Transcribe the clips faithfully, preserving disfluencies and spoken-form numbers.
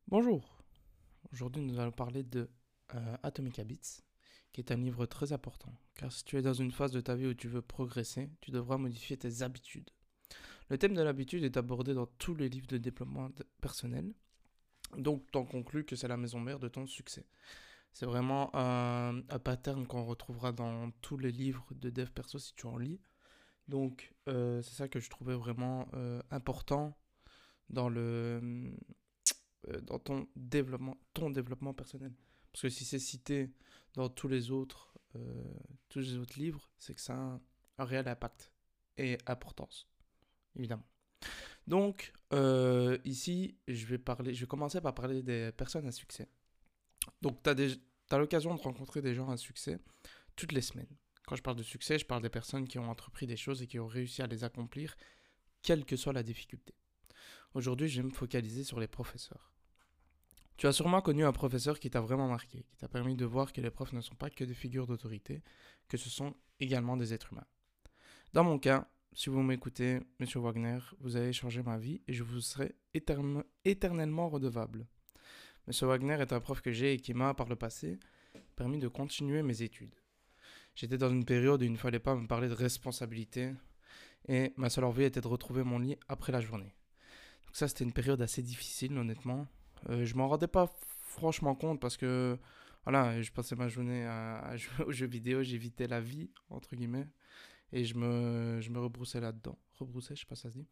Bonjour, aujourd'hui nous allons parler de euh, Atomic Habits, qui est un livre très important, car si tu es dans une phase de ta vie où tu veux progresser, tu devras modifier tes habitudes. Le thème de l'habitude est abordé dans tous les livres de développement de- personnel, donc t'en conclus que c'est la maison mère de ton succès. C'est vraiment un, un pattern qu'on retrouvera dans tous les livres de dev perso si tu en lis. Donc euh, c'est ça que je trouvais vraiment euh, important dans le euh, dans ton développement, ton développement personnel. Parce que si c'est cité dans tous les autres, euh, tous les autres livres, c'est que ça a un, un réel impact et importance, évidemment. Donc, euh, ici, je vais, parler, je vais commencer par parler des personnes à succès. Donc, tu as l'occasion de rencontrer des gens à succès toutes les semaines. Quand je parle de succès, je parle des personnes qui ont entrepris des choses et qui ont réussi à les accomplir, quelle que soit la difficulté. Aujourd'hui, je vais me focaliser sur les professeurs. Tu as sûrement connu un professeur qui t'a vraiment marqué, qui t'a permis de voir que les profs ne sont pas que des figures d'autorité, que ce sont également des êtres humains. Dans mon cas, si vous m'écoutez, Monsieur Wagner, vous avez changé ma vie et je vous serai éterne- éternellement redevable. Monsieur Wagner est un prof que j'ai et qui m'a, par le passé, permis de continuer mes études. J'étais dans une période où il ne fallait pas me parler de responsabilité et ma seule envie était de retrouver mon lit après la journée. Donc ça, c'était une période assez difficile, honnêtement. Euh, je m'en rendais pas franchement compte parce que voilà, je passais ma journée à, à jouer aux jeux vidéo, j'évitais la vie, entre guillemets, et je me, je me rebroussais là-dedans. Rebroussais, je sais pas si ça se dit.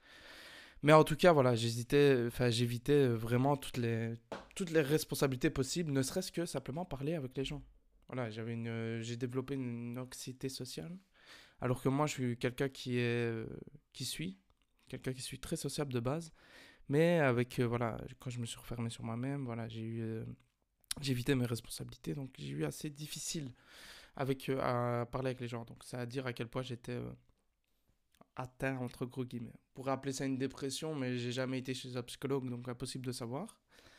Mais en tout cas, voilà, j'hésitais, enfin, j'évitais vraiment toutes les, toutes les responsabilités possibles, ne serait-ce que simplement parler avec les gens. Voilà, j'avais une, euh, j'ai développé une anxiété sociale, alors que moi, je suis quelqu'un qui est, euh, qui suit, quelqu'un qui suis très sociable de base. Mais avec, euh, voilà, quand je me suis refermé sur moi-même, voilà, j'ai eu, euh, j'ai évité mes responsabilités, donc j'ai eu assez difficile avec, euh, à parler avec les gens. Donc ça à dire à quel point j'étais euh, atteint, entre gros guillemets. On pourrait appeler ça une dépression, mais j'ai jamais été chez un psychologue, donc impossible de savoir.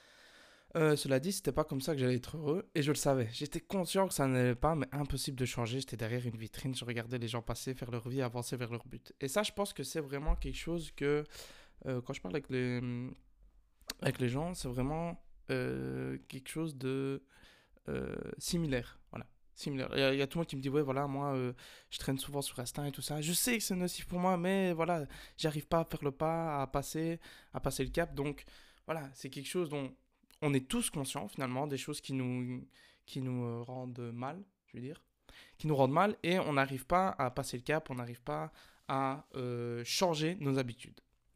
Euh, cela dit, c'était pas comme ça que j'allais être heureux, et je le savais. J'étais conscient que ça n'allait pas, mais impossible de changer. J'étais derrière une vitrine, je regardais les gens passer, faire leur vie, avancer vers leur but. Et ça, je pense que c'est vraiment quelque chose que, euh, quand je parle avec les, avec les gens, c'est vraiment euh, quelque chose de euh, similaire. Voilà. Similaire. Il y, a, il y a tout le monde qui me dit, ouais, voilà, moi, euh, je traîne souvent sur Insta et tout ça. Je sais que c'est nocif pour moi, mais voilà, j'arrive pas à faire le pas, à passer, à passer le cap. Donc, voilà, c'est quelque chose dont on est tous conscients, finalement, des choses qui nous, qui nous euh, rendent mal, je veux dire, qui nous rendent mal, et on n'arrive pas à passer le cap, on n'arrive pas à euh, changer nos habitudes.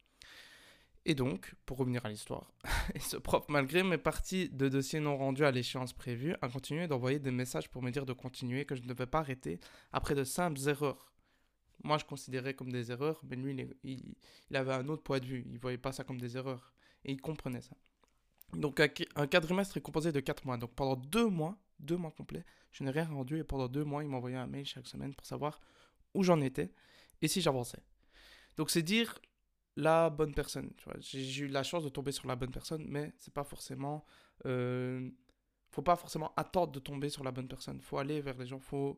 Et donc, pour revenir à l'histoire, et ce prof, malgré mes parties de dossiers non rendus à l'échéance prévue, a continué d'envoyer des messages pour me dire de continuer, que je ne devais pas arrêter après de simples erreurs. Moi, je considérais comme des erreurs, mais lui, il, il- il avait un autre point de vue. Il ne voyait pas ça comme des erreurs. Et il comprenait ça. Donc, un, un quadrimestre est composé de quatre mois. Donc, pendant deux mois, deux mois complets, je n'ai rien rendu. Et pendant deux mois, il m'envoyait un mail chaque semaine pour savoir où j'en étais et si j'avançais. Donc, c'est dire la bonne personne. Tu vois. J'ai, j'ai eu la chance de tomber sur la bonne personne, mais c'est pas forcément. Euh, faut pas forcément attendre de tomber sur la bonne personne. Faut aller vers les gens. Faut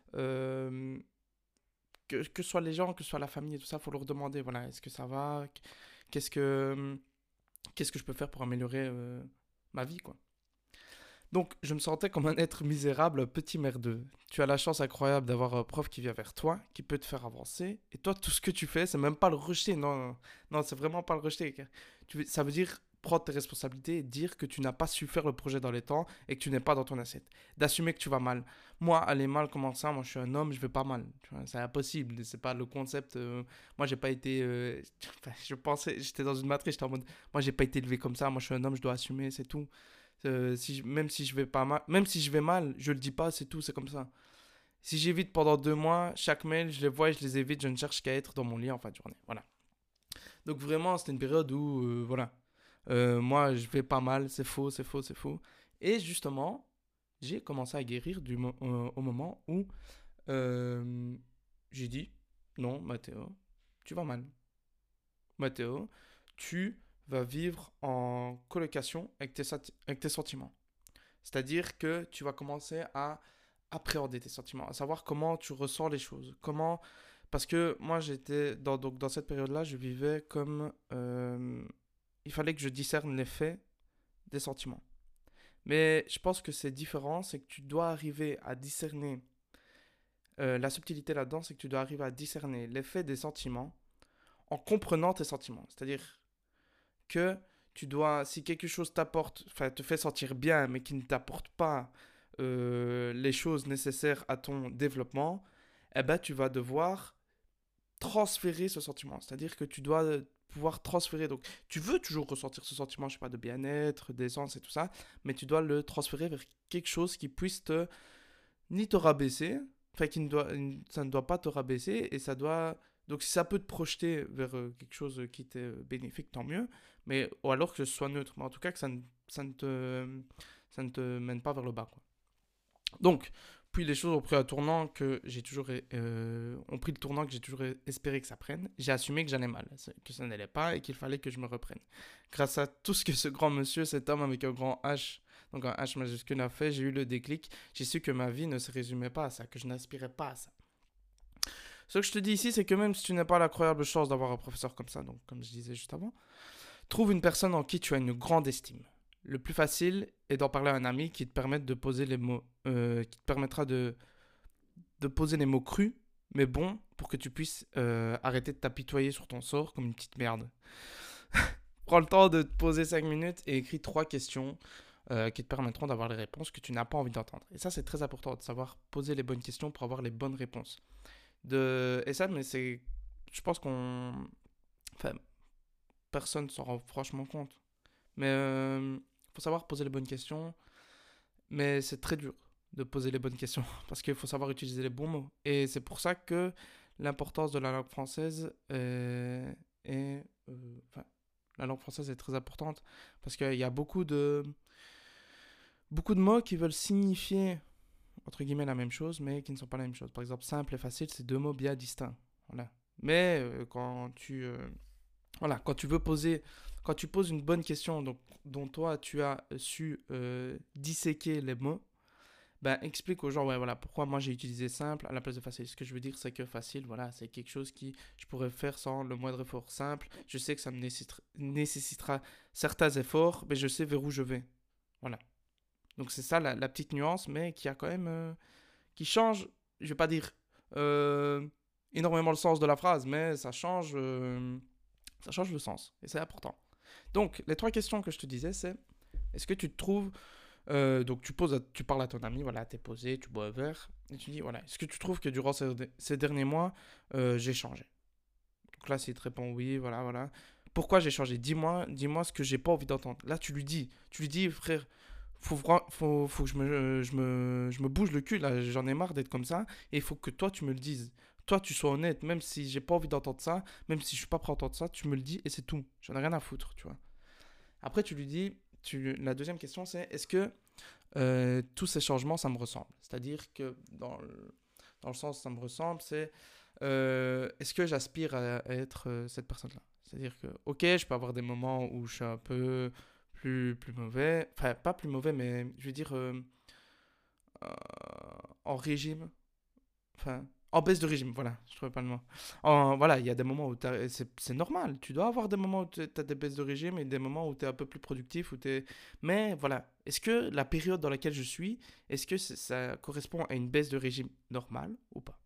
euh, que, que ce soit les gens, que ce soit la famille et tout ça, faut leur demander. Voilà, est-ce que ça va? Qu'est-ce que qu'est-ce que je peux faire pour améliorer euh, ma vie, quoi. Donc, je me sentais comme un être misérable, petit merdeux. Tu as la chance incroyable d'avoir un prof qui vient vers toi, qui peut te faire avancer. Et toi, tout ce que tu fais, c'est même pas le rejeter. Non, non, non, c'est vraiment pas le rejeter. Tu, ça veut dire prendre tes responsabilités et dire que tu n'as pas su faire le projet dans les temps et que tu n'es pas dans ton assiette. D'assumer que tu vas mal. Moi, aller mal, comment ça? Moi, je suis un homme, je vais pas mal. Tu vois, c'est impossible. C'est pas le concept. euh, moi, j'ai pas été. euh, enfin, je pensais, j'étais dans une matrice, j'étais en mode. Moi, j'ai pas été élevé comme ça. Moi, je suis un homme, je dois assumer, c'est tout. Euh, si je- même si je vais pas mal, même si je vais mal, je le dis pas, c'est tout, c'est comme ça. Si j'évite pendant deux mois, chaque mail, je les vois et je les évite, je ne cherche qu'à être dans mon lit en fin de journée. Voilà. Donc vraiment, c'était une période où, euh, voilà, Euh, moi, je vais pas mal, c'est faux, c'est faux, c'est faux. Et justement, j'ai commencé à guérir du mo- euh, au moment où euh, j'ai dit, non, Mathéo, tu vas mal. Mathéo, tu vas vivre en colocation avec tes, sati- avec tes sentiments. C'est-à-dire que tu vas commencer à appréhender tes sentiments, à savoir comment tu ressens les choses. Comment... Parce que moi, j'étais dans, donc, dans cette période-là, je vivais comme... euh, il fallait que je discerne les faits des sentiments. Mais je pense que c'est différent, c'est que tu dois arriver à discerner, euh, la subtilité là-dedans, c'est que tu dois arriver à discerner l'effet des sentiments en comprenant tes sentiments. C'est-à-dire que tu dois, si quelque chose t'apporte, enfin te fait sentir bien, mais qui ne t'apporte pas euh, les choses nécessaires à ton développement, eh ben tu vas devoir transférer ce sentiment. C'est-à-dire que tu dois pouvoir transférer. Donc, tu veux toujours ressentir ce sentiment, je sais pas, de bien-être, d'aisance et tout ça, mais tu dois le transférer vers quelque chose qui puisse te, ni te rabaisser, enfin, qui ne doit, ça ne doit pas te rabaisser, et ça doit, donc si ça peut te projeter vers euh, quelque chose qui t'est bénéfique, tant mieux, mais, ou alors que ce soit neutre, mais en tout cas que ça ne, ça ne te, ça ne te mène pas vers le bas, quoi. Donc, puis les choses ont pris un tournant que j'ai toujours, euh, ont pris le tournant que j'ai toujours espéré que ça prenne. J'ai assumé que j'allais mal, que ça n'allait pas et qu'il fallait que je me reprenne. Grâce à tout ce que ce grand monsieur, cet homme avec un grand H, donc un H majuscule a fait, j'ai eu le déclic. J'ai su que ma vie ne se résumait pas à ça, que je n'aspirais pas à ça. Ce que je te dis ici, c'est que même si tu n'as pas l'incroyable chance d'avoir un professeur comme ça, donc comme je disais juste avant, trouve une personne en qui tu as une grande estime. Le plus facile est d'en parler à un ami qui te permette de poser les mots, euh, qui te permettra de, de poser les mots crus, mais bons, pour que tu puisses euh, arrêter de t'apitoyer sur ton sort comme une petite merde. Prends le temps de te poser cinq minutes et écris trois questions euh, qui te permettront d'avoir les réponses que tu n'as pas envie d'entendre. Et ça, c'est très important de savoir poser les bonnes questions pour avoir les bonnes réponses. De... Et ça, mais c'est... Je pense qu'on... Enfin, personne ne s'en rend franchement compte. Mais il euh, faut savoir poser les bonnes questions. Mais c'est très dur de poser les bonnes questions parce qu'il faut savoir utiliser les bons mots. Et c'est pour ça que l'importance de la langue française est... est euh, enfin, la langue française est très importante parce qu'il y a beaucoup de, beaucoup de mots qui veulent signifier, entre guillemets, la même chose, mais qui ne sont pas la même chose. Par exemple, simple et facile, c'est deux mots bien distincts. Voilà. Mais euh, quand tu... euh, voilà, quand tu veux poser... Quand tu poses une bonne question donc, dont toi, tu as su euh, disséquer les mots, ben, explique aux gens, ouais, voilà, pourquoi moi j'ai utilisé simple à la place de facile. Ce que je veux dire, c'est que facile, voilà, c'est quelque chose qui je pourrais faire sans le moindre effort. Simple, je sais que ça me nécessitera, nécessitera certains efforts, mais je sais vers où je vais. Voilà. Donc c'est ça la, la petite nuance, mais qui a quand même, euh, qui change, je vais pas dire euh, énormément le sens de la phrase, mais ça change, euh, ça change le sens, et c'est important. Donc les trois questions que je te disais, c'est est-ce que tu te trouves Euh, donc tu poses, à- tu parles à ton ami, voilà, t'es posé, tu bois un verre, et tu dis, voilà, est-ce que tu trouves que durant ces, ces derniers mois, euh, j'ai changé? Donc là, s'il te répond oui, voilà, voilà. Pourquoi j'ai changé? Dis-moi, dis-moi ce que j'ai pas envie d'entendre. Là, tu lui dis, tu lui dis, frère, faut, faut, faut que je me, je, me, je me bouge le cul, là, j'en ai marre d'être comme ça, et il faut que toi, tu me le dises. Toi, tu sois honnête, même si j'ai pas envie d'entendre ça, même si je suis pas prêt à entendre ça, tu me le dis, et c'est tout. J'en ai rien à foutre, tu vois. Après, tu lui dis, tu, la deuxième question, c'est est-ce que euh, tous ces changements, ça me ressemble? C'est-à-dire que dans le, dans le sens ça me ressemble, c'est euh, est-ce que j'aspire à, à être euh, cette personne-là? C'est-à-dire que, ok, je peux avoir des moments où je suis un peu plus, plus mauvais, enfin, pas plus mauvais, mais je veux dire euh, euh, en régime, enfin, en baisse de régime, voilà, je trouvais pas le mot. En, voilà, il y a des moments où c'est, c'est normal, tu dois avoir des moments où tu as des baisses de régime et des moments où tu es un peu plus productif, où t'es... mais voilà, est-ce que la période dans laquelle je suis, est-ce que ça correspond à une baisse de régime normale ou pas?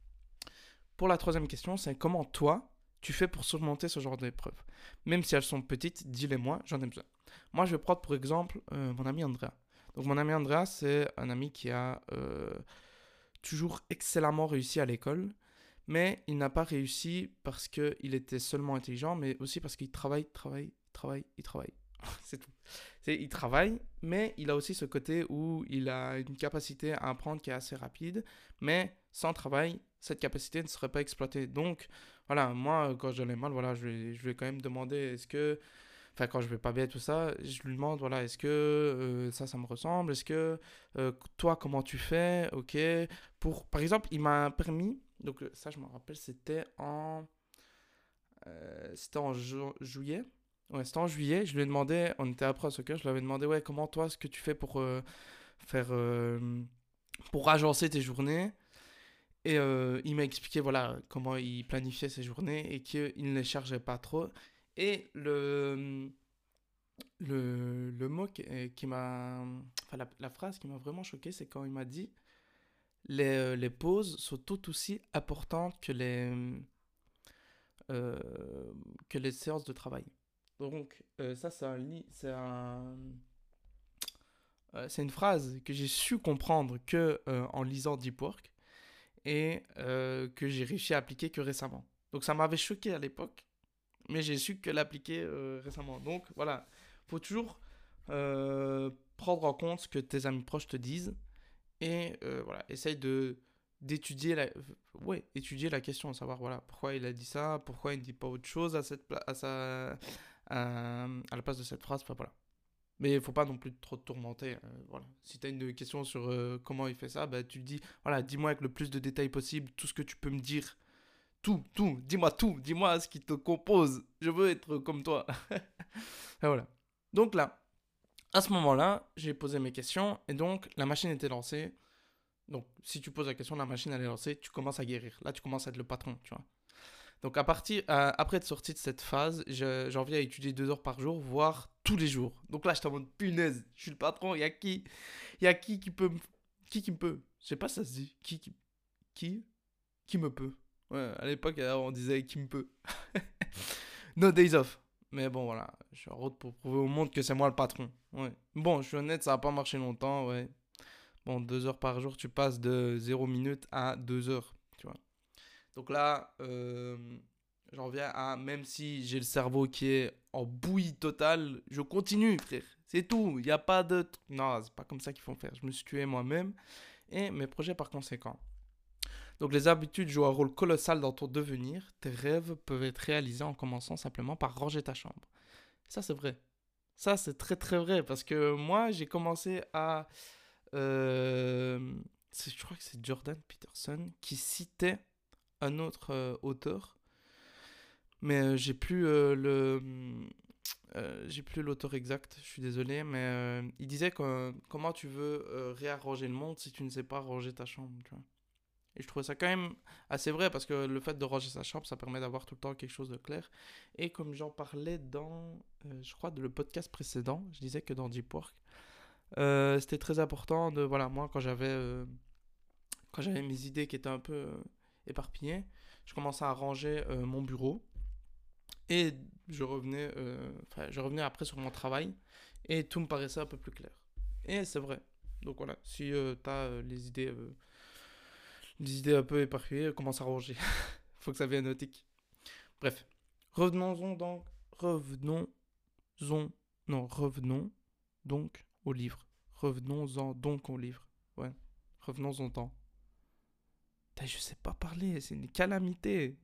Pour la troisième question, c'est comment toi, tu fais pour surmonter ce genre d'épreuves? Même si elles sont petites, dis-les-moi, j'en ai besoin. Moi, je vais prendre pour exemple euh, mon ami Andrea. Donc mon ami Andrea, c'est un ami qui a... Euh, toujours excellemment réussi à l'école, mais il n'a pas réussi parce qu'il était seulement intelligent, mais aussi parce qu'il travaille, travaille, travaille, il travaille. C'est tout. C'est, il travaille, mais il a aussi ce côté où il a une capacité à apprendre qui est assez rapide, mais sans travail, cette capacité ne serait pas exploitée. Donc, voilà, moi, quand j'allais mal, voilà, je vais, je vais quand même demander est-ce que enfin quand je vais pas bien tout ça, je lui demande voilà, est-ce que euh, ça ça me ressemble, est-ce que euh, toi comment tu fais, ok, pour par exemple il m'a permis, donc euh, ça je me rappelle c'était en euh, c'était en ju- juillet, ouais c'était en juillet, je lui ai demandé, on était après au soccer, je lui avais demandé ouais comment toi ce que tu fais pour euh, faire euh, pour agencer tes journées. Et euh, il m'a expliqué voilà comment il planifiait ses journées et qu'il ne les chargeait pas trop. Et le, le, le mot qui, euh, qui m'a... Enfin, la, la phrase qui m'a vraiment choqué, c'est quand il m'a dit les, euh, les pauses sont tout aussi importantes que les, euh, que les séances de travail. Donc, euh, ça, c'est un, li- c'est un, euh, c'est une phrase que j'ai su comprendre que euh, en lisant Deep Work et euh, que j'ai réussi à appliquer que récemment. Donc, ça m'avait choqué à l'époque, mais j'ai su que l'appliquer euh, récemment. Donc, voilà, faut toujours euh, prendre en compte ce que tes amis proches te disent et euh, voilà, essaye de d'étudier la ouais, étudier la question, savoir voilà pourquoi il a dit ça, pourquoi il ne dit pas autre chose à cette pla- à sa à, à la place de cette phrase, enfin voilà. Mais il faut pas non plus trop te tourmenter, euh, voilà. Si tu as une question sur euh, comment il fait ça, bah tu dis voilà, dis-moi avec le plus de détails possible tout ce que tu peux me dire. Tout, tout, dis-moi tout, dis-moi ce qui te compose. Je veux être comme toi. Et voilà. Donc là, à ce moment-là, j'ai posé mes questions et donc la machine était lancée. Donc, si tu poses la question, la machine elle est lancée, tu commences à guérir. Là, tu commences à être le patron, tu vois. Donc, à partir, euh, après être sorti de cette phase, je- j'en viens à étudier deux heures par jour, voire tous les jours. Donc là, je t'en mode punaise, je suis le patron. Il y a qui, il y a qui qui peut, me- qui qui me peut. Je sais pas si ça se dit. Qui, qui, qui, qui me peut. Ouais, à l'époque, euh, on disait qui me peut. No days off. Mais bon, voilà, je suis en route pour prouver au monde que c'est moi le patron. Ouais. Bon, je suis honnête, ça va pas marché longtemps, ouais. Bon, deux heures par jour, tu passes de zéro minute à deux heures, tu vois. Donc là, euh, j'en viens à, même si j'ai le cerveau qui est en bouillie totale, je continue, frère. C'est tout. Il n'y a pas de... Non, c'est pas comme ça qu'il faut faire. Je me suis tué moi-même et mes projets par conséquent. Donc les habitudes jouent un rôle colossal dans ton devenir. Tes rêves peuvent être réalisés en commençant simplement par ranger ta chambre. Ça, c'est vrai. Ça, c'est très très vrai parce que moi, j'ai commencé à... euh, je crois que c'est Jordan Peterson qui citait un autre euh, auteur, mais euh, j'ai plus euh, le... euh, j'ai plus l'auteur exact, je suis désolé, mais euh, il disait que euh, comment tu veux euh, réarranger le monde si tu ne sais pas ranger ta chambre, tu vois. Et je trouvais ça quand même assez vrai parce que le fait de ranger sa chambre, ça permet d'avoir tout le temps quelque chose de clair. Et comme j'en parlais dans, euh, je crois, de le podcast précédent, je disais que dans Deep Work, euh, c'était très important de, voilà, moi, quand j'avais, euh, quand j'avais mes idées qui étaient un peu euh, éparpillées, je commençais à ranger euh, mon bureau et je revenais, euh, enfin, je revenais après sur mon travail et tout me paraissait un peu plus clair. Et c'est vrai. Donc voilà, si euh, tu as les idées euh, des idées un peu éparpillées, commence à ranger. Faut que ça vienne au tic. Bref. Revenons-en donc. Revenons-en. Non, revenons donc au livre. Revenons-en donc au livre. Ouais. Revenons-en donc. Putain, je sais pas parler, c'est une calamité.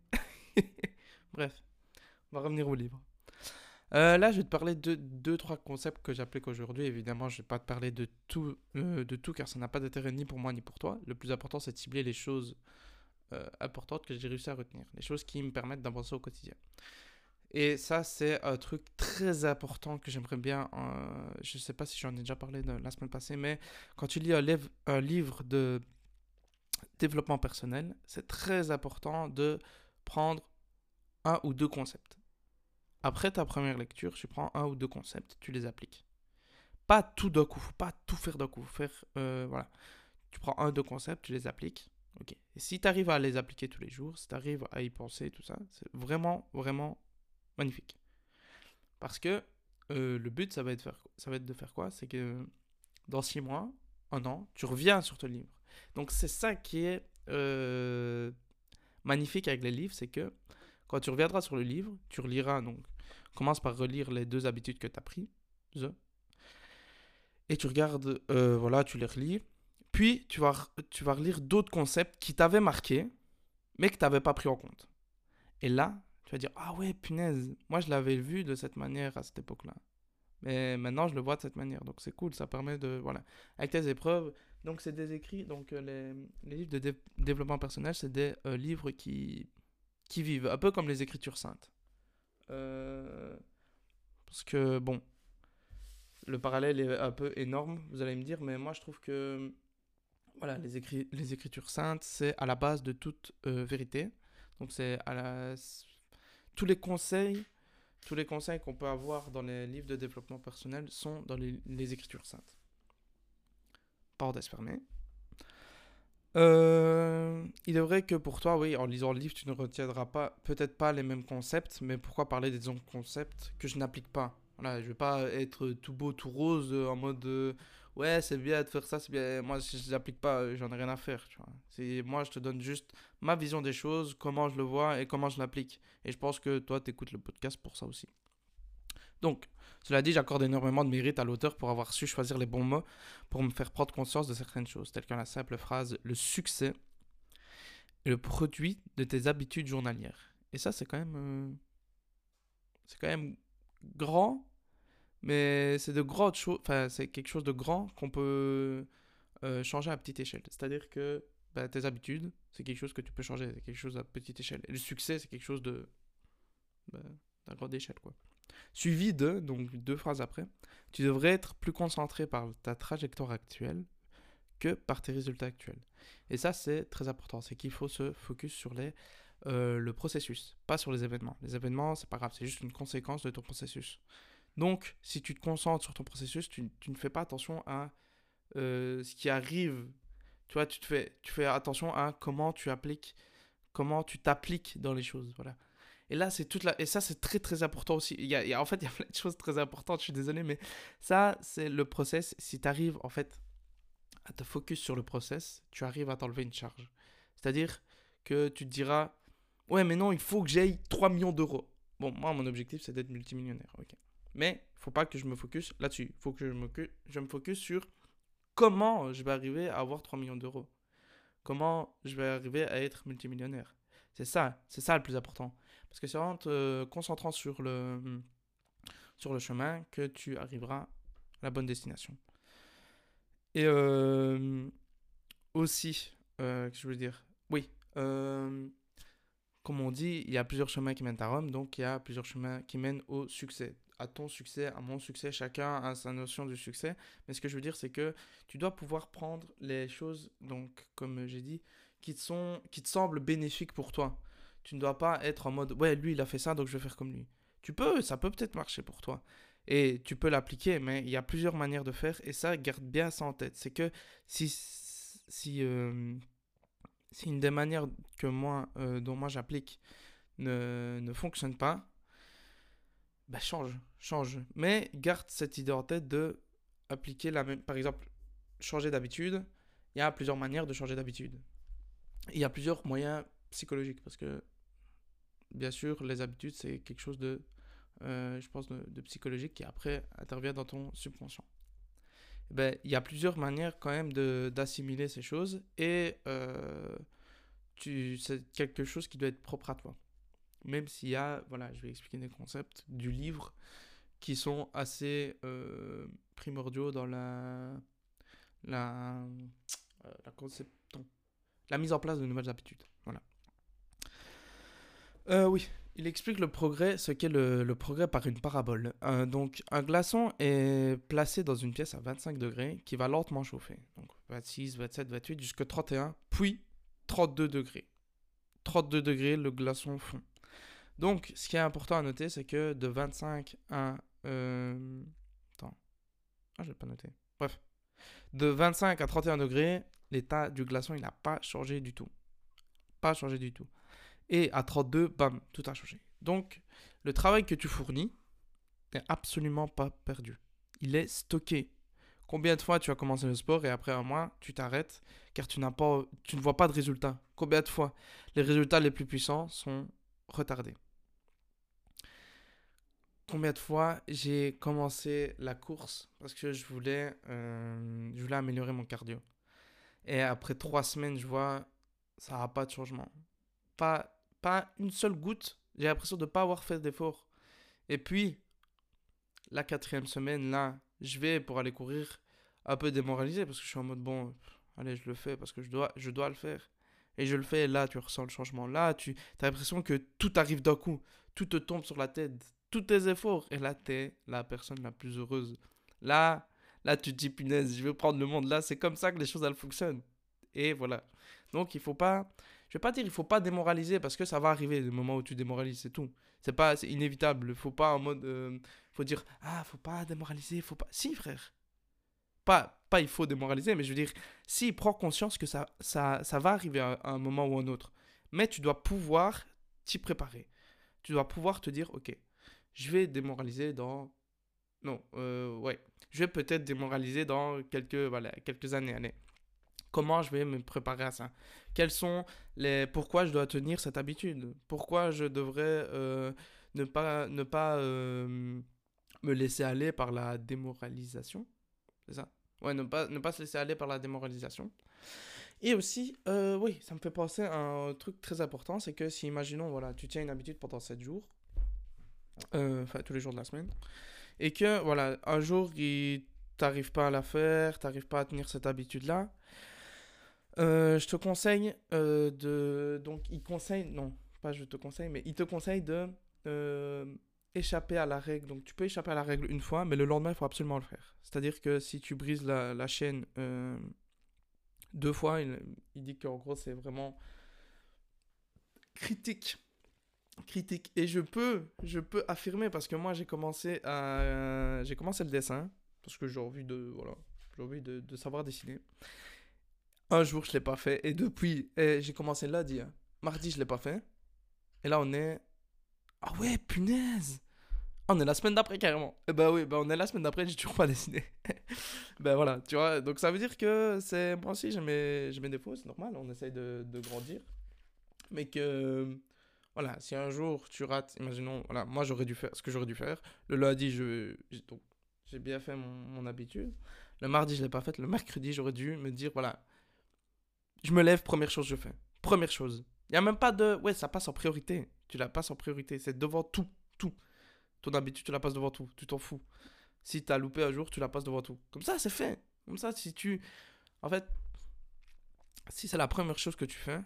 Bref, on va revenir au livre. Euh, là, je vais te parler de deux, trois concepts que j'applique aujourd'hui. Évidemment, je vais pas te parler de tout, euh, de tout car ça n'a pas d'intérêt ni pour moi ni pour toi. Le plus important, c'est de cibler les choses euh, importantes que j'ai réussi à retenir, les choses qui me permettent d'avancer au quotidien. Et ça, c'est un truc très important que j'aimerais bien. Euh, je ne sais pas si j'en ai déjà parlé de, la semaine passée, mais quand tu lis un, livre, un livre de développement personnel, c'est très important de prendre un ou deux concepts. Après ta première lecture, tu prends un ou deux concepts, tu les appliques. Pas tout d'un coup, faut pas tout faire d'un coup. Faire, euh, voilà. Tu prends un ou deux concepts, tu les appliques. Ok. Et si tu arrives à les appliquer tous les jours, si tu arrives à y penser, tout ça, c'est vraiment, vraiment magnifique. Parce que euh, le but, ça va, être faire, ça va être de faire quoi? C'est que dans six mois, un an, tu reviens sur ton livre. Donc c'est ça qui est euh, magnifique avec les livres, c'est que quand tu reviendras sur le livre, tu reliras, donc commence par relire les deux habitudes que tu as prises, et tu regardes, euh, voilà, tu les relis, puis tu vas, tu vas relire d'autres concepts qui t'avaient marqué, mais que tu n'avais pas pris en compte. Et là, tu vas dire, ah ouais, punaise, moi je l'avais vu de cette manière à cette époque-là. Mais maintenant, je le vois de cette manière. Donc, c'est cool. Ça permet de. Voilà. Avec tes épreuves. Donc, c'est des écrits. Donc, euh, les, les livres de dé- développement personnel, c'est des euh, livres qui, qui vivent. Un peu comme les Écritures saintes. Euh, parce que, bon, le parallèle est un peu énorme, vous allez me dire. Mais moi, je trouve que. Voilà, les, écri- les Écritures saintes, c'est à la base de toute euh, vérité. Donc, c'est à la. Tous les conseils Tous les conseils qu'on peut avoir dans les livres de développement personnel sont dans les, les Écritures saintes. Parenthèse fermée. Euh, il est vrai que pour toi, oui, en lisant le livre, tu ne retiendras pas, peut-être pas les mêmes concepts, mais pourquoi parler des autres concepts que je n'applique pas? Voilà, je vais pas être tout beau, tout rose, euh, en mode euh, ouais, c'est bien de faire ça, c'est bien. Moi, si je l'applique pas, euh, j'en ai rien à faire, tu vois. C'est moi, je te donne juste ma vision des choses, comment je le vois et comment je l'applique. Et je pense que toi, t'écoutes le podcast pour ça aussi. Donc, cela dit, j'accorde énormément de mérite à l'auteur pour avoir su choisir les bons mots pour me faire prendre conscience de certaines choses, telles que la simple phrase le succès est le produit de tes habitudes journalières. Et ça, c'est quand même, euh, c'est quand même grand, mais c'est de grandes choses, enfin, c'est quelque chose de grand qu'on peut euh, changer à petite échelle. C'est-à-dire que bah, tes habitudes, c'est quelque chose que tu peux changer, c'est quelque chose à petite échelle. Et le succès, c'est quelque chose de, bah, à grande échelle, quoi. Suivi de, donc deux phrases après, tu devrais être plus concentré par ta trajectoire actuelle que par tes résultats actuels. Et ça, c'est très important. C'est qu'il faut se focus sur les, euh, le processus, pas sur les événements. Les événements, c'est pas grave, c'est juste une conséquence de ton processus. Donc, si tu te concentres sur ton processus, tu, tu ne fais pas attention à euh, ce qui arrive. Tu vois, tu, te fais, tu fais attention à comment tu appliques, comment tu t'appliques dans les choses. Voilà. Et là, c'est toute la... Et ça, c'est très, très important aussi. Il y a, il y a- en fait, il y a plein de choses très importantes, je suis désolé, mais ça, c'est le process. Si tu arrives, en fait, à te focus sur le process, tu arrives à t'enlever une charge. C'est-à-dire que tu te diras, ouais, mais non, il faut que j'aille trois millions d'euros. Bon, moi, mon objectif, c'est d'être multimillionnaire, ok. Mais il faut pas que je me focus là-dessus. Il faut que je me, je me focus sur comment je vais arriver à avoir trois millions d'euros. Comment je vais arriver à être multimillionnaire. C'est ça, c'est ça le plus important. Parce que c'est en te concentrant sur le, sur le chemin que tu arriveras à la bonne destination. Et euh, aussi, euh, que je veux dire, oui, euh, comme on dit, il y a plusieurs chemins qui mènent à Rome, donc il y a plusieurs chemins qui mènent au succès. À ton succès, à mon succès, chacun a sa notion du succès. Mais ce que je veux dire, c'est que tu dois pouvoir prendre les choses, donc comme j'ai dit, qui te, sont, qui te semblent bénéfiques pour toi. Tu ne dois pas être en mode, ouais, lui, il a fait ça, donc je vais faire comme lui. Tu peux, ça peut peut-être marcher pour toi. Et tu peux l'appliquer, mais il y a plusieurs manières de faire, et ça, garde bien ça en tête. C'est que si, si, euh, si une des manières que moi, euh, dont moi j'applique ne, ne fonctionne pas, bah change, change. Mais garde cette idée en tête de appliquer la même. Par exemple, changer d'habitude. Il y a plusieurs manières de changer d'habitude. Il y a plusieurs moyens psychologiques parce que, bien sûr, les habitudes, c'est quelque chose de, euh, je pense, de, de psychologique qui après intervient dans ton subconscient. Ben, il y a plusieurs manières quand même de, d'assimiler ces choses et euh, tu, c'est quelque chose qui doit être propre à toi. Même s'il y a, voilà, je vais expliquer des concepts du livre qui sont assez euh, primordiaux dans la, la, euh, la, concept, non, la mise en place de nouvelles habitudes. Voilà. Euh, oui, il explique le progrès, ce qu'est le, le progrès par une parabole. Euh, donc, un glaçon est placé dans une pièce à vingt-cinq degrés qui va lentement chauffer. Donc, vingt-six, vingt-sept, vingt-huit, jusqu'à trente et un, puis trente-deux degrés. trente-deux degrés, le glaçon fond. Donc, ce qui est important à noter, c'est que de vingt-cinq à... Euh... Attends. Ah, je vais pas noter. Bref. De vingt-cinq à trente et un degrés, l'état du glaçon, il n'a pas changé du tout. Pas changé du tout. Et à trente-deux, bam, tout a changé. Donc, le travail que tu fournis n'est absolument pas perdu. Il est stocké. Combien de fois tu as commencé le sport et après un mois, tu t'arrêtes car tu, n'as pas, tu ne vois pas de résultats? Combien de fois? Les résultats les plus puissants sont retardés. Combien de fois j'ai commencé la course parce que je voulais, euh, je voulais améliorer mon cardio. Et après trois semaines, je vois, ça n'a pas de changement. Pas, pas une seule goutte. J'ai l'impression de ne pas avoir fait d'effort. Et puis, la quatrième semaine, là, je vais pour aller courir un peu démoralisé parce que je suis en mode, bon, allez, je le fais parce que je dois, je dois le faire. Et je le fais, et là, tu ressens le changement. Là, tu as l'impression que tout arrive d'un coup. Tout te tombe sur la tête. Tous tes efforts. Et là, tu es la personne la plus heureuse. Là, là, tu te dis, punaise, je vais prendre le monde. Là, c'est comme ça que les choses, elles fonctionnent. Et voilà. Donc, il faut pas... Je vais pas dire il faut pas démoraliser parce que ça va arriver le moment où tu démoralises, c'est tout. C'est pas, c'est inévitable. Il faut pas en mode, euh, faut dire ah faut pas démoraliser, faut pas. Si frère, pas, pas il faut démoraliser, mais je veux dire si prends conscience que ça, ça, ça va arriver à, à un moment ou à un autre, mais tu dois pouvoir t'y préparer. Tu dois pouvoir te dire ok, je vais démoraliser dans non, euh, ouais. Je vais peut-être démoraliser dans quelques, voilà, quelques années, allez. Comment je vais me préparer à ça? Quels sont les... Pourquoi je dois tenir cette habitude? Pourquoi je devrais euh, ne pas, ne pas euh, me laisser aller par la démoralisation? C'est ça? Ouais, ne pas, ne pas se laisser aller par la démoralisation. Et aussi, euh, oui, ça me fait penser à un truc très important, c'est que si, imaginons, voilà, tu tiens une habitude pendant sept jours, euh, enfin tous les jours de la semaine, et que, voilà, un jour, il t'arrives pas à la faire, t'arrives pas à tenir cette habitude-là, euh, je te conseille euh, de... Donc, il conseille... Non, pas je te conseille, mais il te conseille de euh, échapper à la règle. Donc, tu peux échapper à la règle une fois, mais le lendemain, il faut absolument le faire. C'est-à-dire que si tu brises la, la chaîne euh, deux fois, il, il dit qu'en gros, c'est vraiment critique. Critique. Et je peux, je peux affirmer, parce que moi, j'ai commencé à... euh, j'ai commencé le dessin, parce que j'ai envie de... Voilà, j'ai envie de, de savoir dessiner. Un jour, je l'ai pas fait. Et depuis, eh, j'ai commencé lundi. Hein. Mardi, je l'ai pas fait. Et là, on est. Ah ouais, punaise! Ah, on est la semaine d'après, carrément. Eh bah oui, bah on est la semaine d'après, j'ai toujours pas dessiné. Ben voilà, tu vois. Donc ça veut dire que c'est. Moi aussi, j'ai mes, j'ai mes défauts, c'est normal. On essaye de, de grandir. Mais que. Voilà, si un jour tu rates, imaginons, voilà, moi j'aurais dû faire ce que j'aurais dû faire. Le lundi, je, j'ai, donc, j'ai bien fait mon, mon habitude. Le mardi, je l'ai pas fait. Le mercredi, j'aurais dû me dire, voilà, je me lève, première chose, je fais. Première chose. Il n'y a même pas de. Ouais, ça passe en priorité. Tu la passes en priorité. C'est devant tout. Tout. Ton habitude, tu la passes devant tout. Tu t'en fous. Si t'as loupé un jour, tu la passes devant tout. Comme ça, c'est fait. Comme ça, si tu. En fait, si c'est la première chose que tu fais,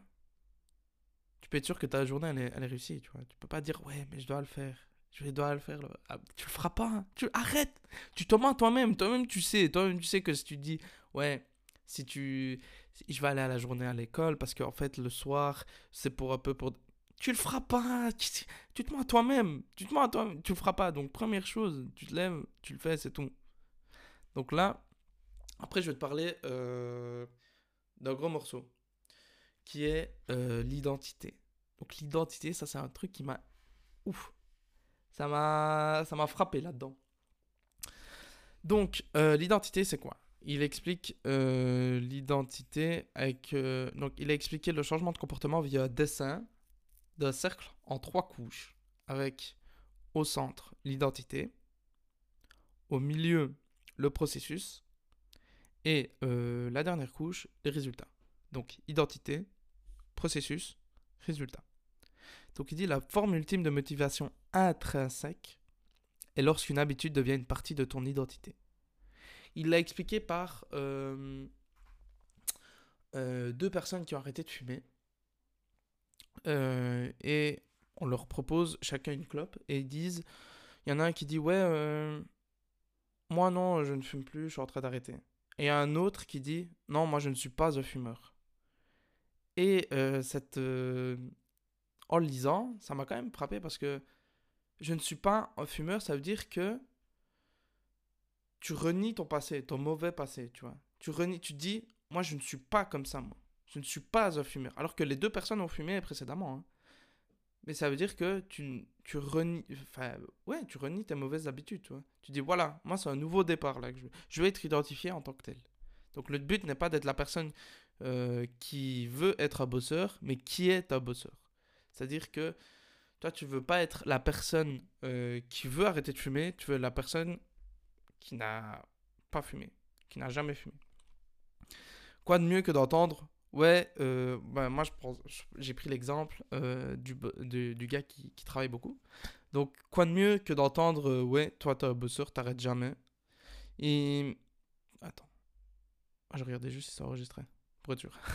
tu peux être sûr que ta journée, elle est, elle est réussie. Tu vois. Tu peux pas dire, ouais, mais je dois le faire. Je dois le faire. Là. Ah, tu le feras pas. Hein. Tu arrête. Tu te mens toi-même. Toi-même, tu sais. Toi-même, tu sais que si tu dis, ouais, si tu. Je vais aller à la journée à l'école parce qu'en fait, le soir, c'est pour un peu pour. Tu le feras pas. Tu, tu te mens à toi-même. Tu te mens à toi-même. Tu le feras pas. Donc, première chose, tu te lèves, tu le fais, c'est tout. Donc là, après, je vais te parler euh, d'un gros morceau qui est euh, l'identité. Donc, l'identité, ça, c'est un truc qui m'a. Ouf. Ça m'a, ça m'a frappé là-dedans. Donc, euh, l'identité, c'est quoi? Il explique euh, l'identité avec. Euh, donc, il a expliqué le changement de comportement via un dessin d'un cercle en trois couches, avec au centre l'identité, au milieu le processus et euh, la dernière couche les résultats. Donc, identité, processus, résultat. Donc, il dit la forme ultime de motivation intrinsèque est lorsqu'une habitude devient une partie de ton identité. Il l'a expliqué par euh, euh, deux personnes qui ont arrêté de fumer. Euh, et on leur propose chacun une clope. Et ils disent, il y en a un qui dit, ouais, euh, moi non, je ne fume plus, je suis en train d'arrêter. Et un autre qui dit, non, moi je ne suis pas un fumeur. Et euh, cette, euh, en le lisant, ça m'a quand même frappé parce que je ne suis pas un fumeur, ça veut dire que tu renies ton passé, ton mauvais passé, tu vois. Tu renies, tu te dis, moi je ne suis pas comme ça, moi. Je ne suis pas un fumeur. Alors que les deux personnes ont fumé précédemment. Hein. Mais ça veut dire que tu, tu renies, enfin, ouais, tu renies tes mauvaises habitudes, tu vois. Tu dis, voilà, moi c'est un nouveau départ là. Que je, je vais être identifié en tant que tel. Donc le but n'est pas d'être la personne euh, qui veut être un bosseur, mais qui est un bosseur. C'est-à-dire que toi, tu veux pas être la personne euh, qui veut arrêter de fumer, tu veux la personne qui n'a pas fumé, qui n'a jamais fumé. Quoi de mieux que d'entendre, ouais, euh, bah, moi je prends, j'ai pris l'exemple euh, du, du, du gars qui, qui travaille beaucoup. Donc, quoi de mieux que d'entendre, euh, ouais, toi t'es un bosseur, t'arrêtes jamais. Et. Attends. Ah, je regardais juste si ça enregistrait, pour être sûr.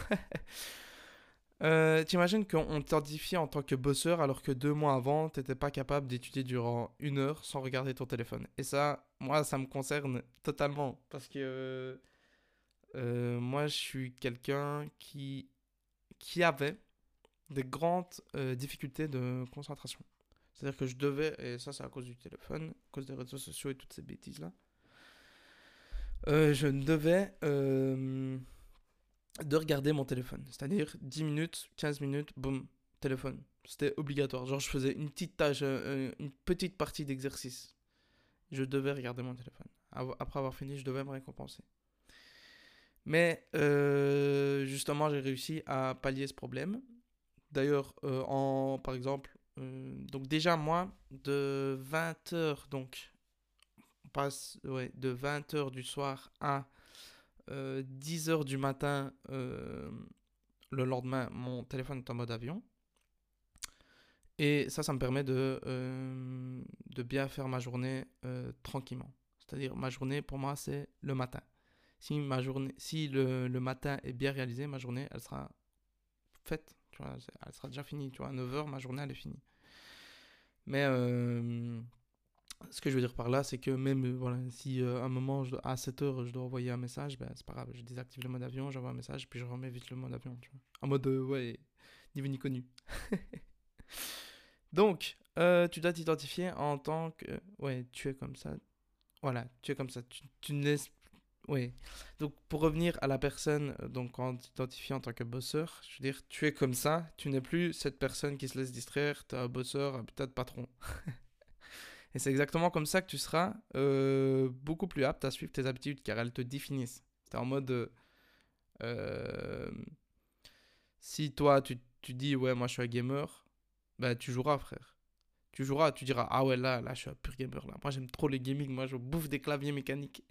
euh, T'imagines qu'on t'identifie en tant que bosseur alors que deux mois avant, t'étais pas capable d'étudier durant une heure sans regarder ton téléphone. Et ça, moi, ça me concerne totalement. Parce que. Euh, moi, je suis quelqu'un qui, qui avait, des grandes euh, difficultés de concentration. C'est-à-dire que je devais, et ça c'est à cause du téléphone, à cause des réseaux sociaux et toutes ces bêtises-là, euh, je devais euh, de regarder mon téléphone. C'est-à-dire dix minutes, quinze minutes, boum, téléphone. C'était obligatoire. Genre je faisais une petite tâche, euh, une petite partie d'exercice. Je devais regarder mon téléphone. Après avoir fini, je devais me récompenser. Mais euh, justement, j'ai réussi à pallier ce problème. D'ailleurs, euh, en, par exemple, euh, donc déjà moi, de vingt heures, donc on passe ouais, de vingt heures du soir à euh, dix heures du matin, euh, le lendemain, mon téléphone est en mode avion. Et ça, ça me permet de, euh, de bien faire ma journée euh, tranquillement. C'est-à-dire, ma journée, pour moi, c'est le matin. Si, ma journée, si le, le matin est bien réalisé, ma journée, elle sera faite. Tu vois, elle sera déjà finie. Tu vois, à neuf heures, ma journée, elle est finie. Mais euh, ce que je veux dire par là, c'est que même euh, voilà, si euh, à un moment, je, à sept heures, je dois envoyer un message, ben, c'est pas grave. Je désactive le mode avion, j'envoie un message, puis je remets vite le mode avion. Tu vois. En mode, euh, ouais, ni vu ni connu. Donc, euh, tu dois t'identifier en tant que... Ouais, tu es comme ça. Voilà, tu es comme ça. Tu, tu ne laisses... Oui. Donc, pour revenir à la personne, euh, donc en t'identifiant en tant que bosseur, je veux dire, tu es comme ça. Tu n'es plus cette personne qui se laisse distraire. Tu es un bosseur, un putain de patron. Et c'est exactement comme ça que tu seras euh, beaucoup plus apte à suivre tes habitudes, car elles te définissent. Tu es en mode... euh, euh, si toi, tu, tu dis, ouais, moi je suis un gamer, bah tu joueras, frère. Tu joueras, tu diras, ah ouais, là, là, je suis un pur gamer, là. Moi, j'aime trop le gaming, moi, je bouffe des claviers mécaniques.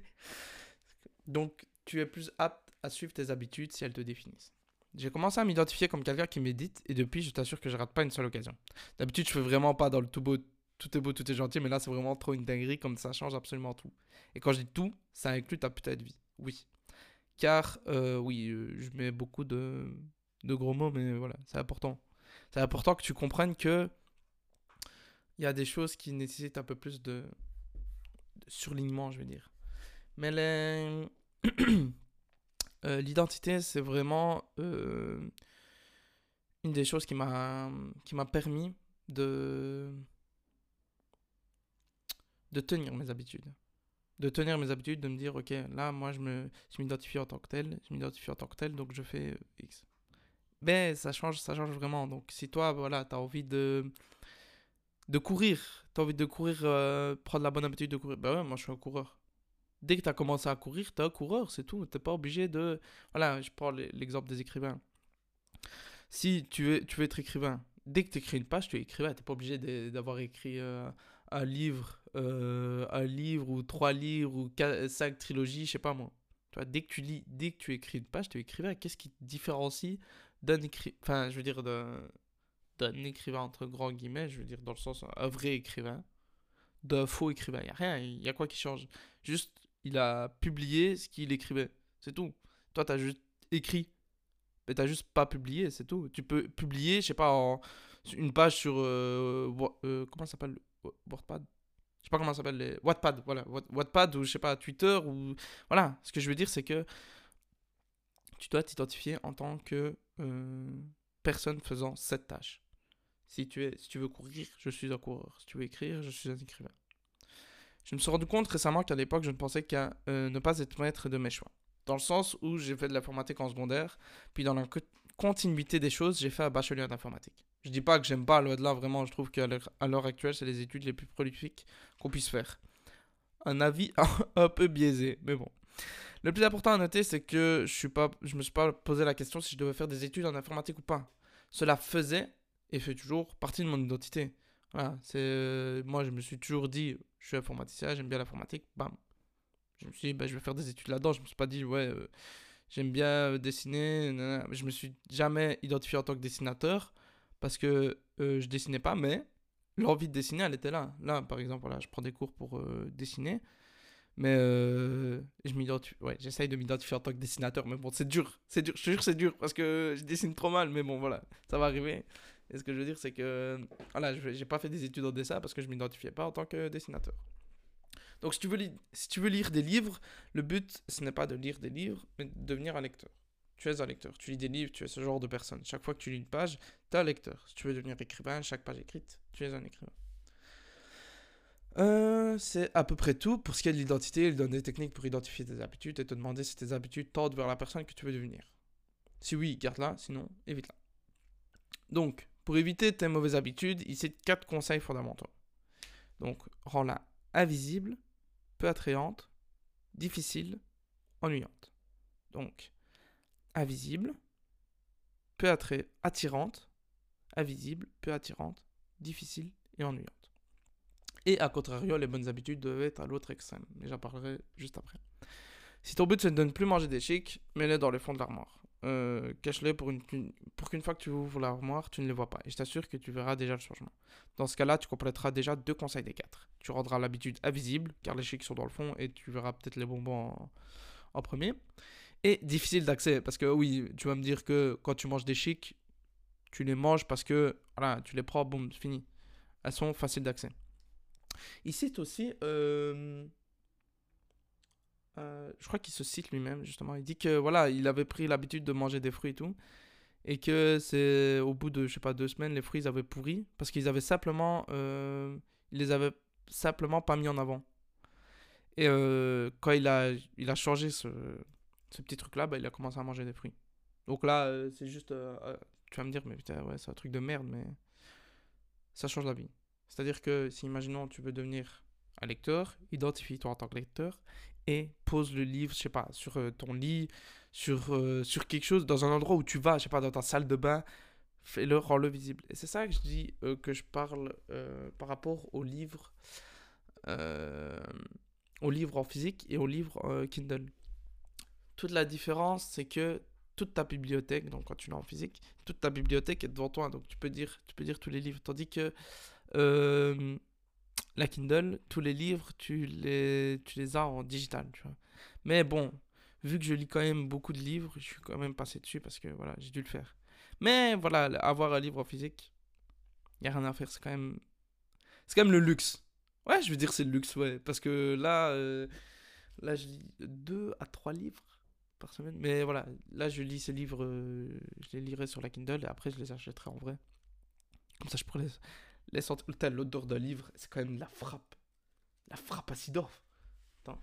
Donc, tu es plus apte à suivre tes habitudes si elles te définissent. J'ai commencé à m'identifier comme quelqu'un qui médite, et depuis, je t'assure que je rate pas une seule occasion. D'habitude, je fais vraiment pas dans le tout beau, tout est beau, tout est gentil, mais là, c'est vraiment trop une dinguerie, comme ça change absolument tout. Et quand je dis tout, ça inclut ta putain de vie. Oui. Car, euh, oui, euh, je mets beaucoup de, de gros mots, mais voilà, c'est important. C'est important que tu comprennes que il y a des choses qui nécessitent un peu plus de, de surlignement, je veux dire. Mais les... euh, l'identité, c'est vraiment euh, une des choses qui m'a, qui m'a permis de, de tenir mes habitudes. De tenir mes habitudes, de me dire, ok, là, moi, je, me, je m'identifie en tant que tel, je m'identifie en tant que tel, donc je fais X. Mais ça change, ça change vraiment. Donc, si toi, voilà, t'as envie de, de courir, t'as envie de courir, euh, prendre la bonne habitude de courir, ben ouais, moi, je suis un coureur. Dès que tu as commencé à courir, tu es un coureur, c'est tout. Tu n'es pas obligé de... Voilà, je prends l'exemple des écrivains. Si tu veux, tu veux être écrivain, dès que tu écris une page, tu es écrivain. Tu n'es pas obligé de, d'avoir écrit euh, un livre, euh, un livre ou trois livres ou quatre, cinq trilogies, je sais pas moi. Tu vois, dès que tu lis, dès que tu écris une page, tu es écrivain. Qu'est-ce qui te différencie d'un écrivain... Enfin, je veux dire, d'un, d'un écrivain entre grands guillemets, je veux dire, dans le sens, un vrai écrivain, d'un faux écrivain. Il n'y a rien, il y a quoi qui change. Juste, il a publié ce qu'il écrivait. C'est tout. Toi, t'as juste écrit. Mais t'as juste pas publié, c'est tout. Tu peux publier, je sais pas, en, une page sur. Euh, euh, comment ça s'appelle WordPad. Je sais pas comment ça s'appelle. Les... Wattpad, voilà. Wattpad ou je sais pas, Twitter ou. Voilà. Ce que je veux dire, c'est que tu dois t'identifier en tant que euh, personne faisant cette tâche. Si tu, es, si tu veux courir, je suis un coureur. Si tu veux écrire, je suis un écrivain. Je me suis rendu compte récemment qu'à l'époque, je ne pensais qu'à euh, ne pas être maître de mes choix. Dans le sens où j'ai fait de l'informatique en secondaire, puis dans la co- continuité des choses, j'ai fait un bachelier en informatique. Je dis pas que j'aime pas, loin de là, vraiment, je trouve qu'à l'heure, à l'heure actuelle, c'est les études les plus prolifiques qu'on puisse faire. Un avis un peu biaisé, mais bon. Le plus important à noter, c'est que je suis pas, je me suis pas posé la question si je devais faire des études en informatique ou pas. Cela faisait, et fait toujours, partie de mon identité. Voilà, c'est, euh, moi je me suis toujours dit, je suis informaticien, j'aime bien l'informatique, bam. Je me suis dit, bah, je vais faire des études là-dedans. Je me suis pas dit, ouais, euh, j'aime bien euh, dessiner. Nanana. Je me suis jamais identifié en tant que dessinateur parce que euh, je dessinais pas, mais l'envie de dessiner, elle était là. Là, par exemple, voilà, je prends des cours pour euh, dessiner, mais euh, je m'identifie, ouais, j'essaye de m'identifier en tant que dessinateur, mais bon, c'est dur, c'est dur, je te jure, c'est dur parce que je dessine trop mal, mais bon, voilà, ça va arriver. Et ce que je veux dire, c'est que, voilà, je- j'ai pas fait des études en dessin parce que je m'identifiais pas en tant que dessinateur. Donc, si tu veux, li- si tu veux lire des livres, le but, ce n'est pas de lire des livres, mais de devenir un lecteur. tu es un lecteur. Tu lis des livres, tu es ce genre de personne. Chaque fois que tu lis une page, tu es un lecteur. Si tu veux devenir écrivain, chaque page écrite, tu es un écrivain. Euh, c'est à peu près tout. Pour ce qui est de l'identité, il donne des techniques pour identifier tes habitudes et te demander si tes habitudes tendent vers la personne que tu veux devenir. Si oui, garde-la, sinon, évite-la. Donc, pour éviter tes mauvaises habitudes, il cite quatre conseils fondamentaux. Donc, rends-la invisible, peu attrayante, difficile, ennuyante. Donc, invisible, peu attra- attirante, invisible, peu attirante, difficile et ennuyante. Et à contrario, les bonnes habitudes doivent être à l'autre extrême. Mais j'en parlerai juste après. Si ton but c'est de ne plus manger des chics, mets-les dans le fond de l'armoire. Euh, cache-les pour, une, pour qu'une fois que tu ouvres l'armoire, tu ne les vois pas. Et je t'assure que tu verras déjà le changement. Dans ce cas-là, tu compléteras déjà deux conseils des quatre. Tu rendras l'habitude invisible, car les chics sont dans le fond, et tu verras peut-être les bonbons en, en premier. Et difficile d'accès, parce que oui, tu vas me dire que quand tu manges des chics, tu les manges parce que, voilà, tu les prends, boum, c'est fini. Elles sont faciles d'accès. Il cite aussi... Euh, Euh, je crois qu'il se cite lui-même, justement. Il dit que voilà, il avait pris l'habitude de manger des fruits et tout. Et que c'est au bout de, je sais pas, deux semaines, les fruits ils avaient pourri. Parce qu'ils avaient simplement. Euh, ils les avaient simplement pas mis en avant. Et euh, quand il a, il a changé ce, ce petit truc-là, bah, il a commencé à manger des fruits. Donc là, euh, c'est juste. Euh, euh, tu vas me dire, mais putain, ouais, c'est un truc de merde, mais ça change la vie. C'est-à-dire que si, imaginons, tu veux devenir un lecteur, identifie-toi en tant que lecteur et pose le livre, je sais pas, sur euh, ton lit, sur, euh, sur quelque chose, dans un endroit où tu vas, je sais pas, dans ta salle de bain, fais-le, rends-le visible. Et c'est ça que je dis, euh, que je parle euh, par rapport aux livres, euh, aux livres en physique et aux livres euh, Kindle. Toute la différence, c'est que toute ta bibliothèque, donc quand tu l'as en physique, toute ta bibliothèque est devant toi, donc tu peux dire, tu peux dire tous les livres, tandis que euh, la Kindle, tous les livres, tu les, tu les as en digital, tu vois. Mais bon, vu que je lis quand même beaucoup de livres, je suis quand même passé dessus parce que voilà, j'ai dû le faire. Mais voilà, avoir un livre en physique, il n'y a rien à faire, c'est quand même... C'est quand même le luxe. Ouais, je veux dire c'est le luxe, ouais. Parce que là, euh, là je lis deux à trois livres par semaine. Mais voilà, là je lis ces livres, euh, je les lirai sur la Kindle et après je les achèterai en vrai. Comme ça je pourrais les, les sentir. Putain, l'odeur d'un livre, c'est quand même la frappe. La frappe à Sidorf. Attends.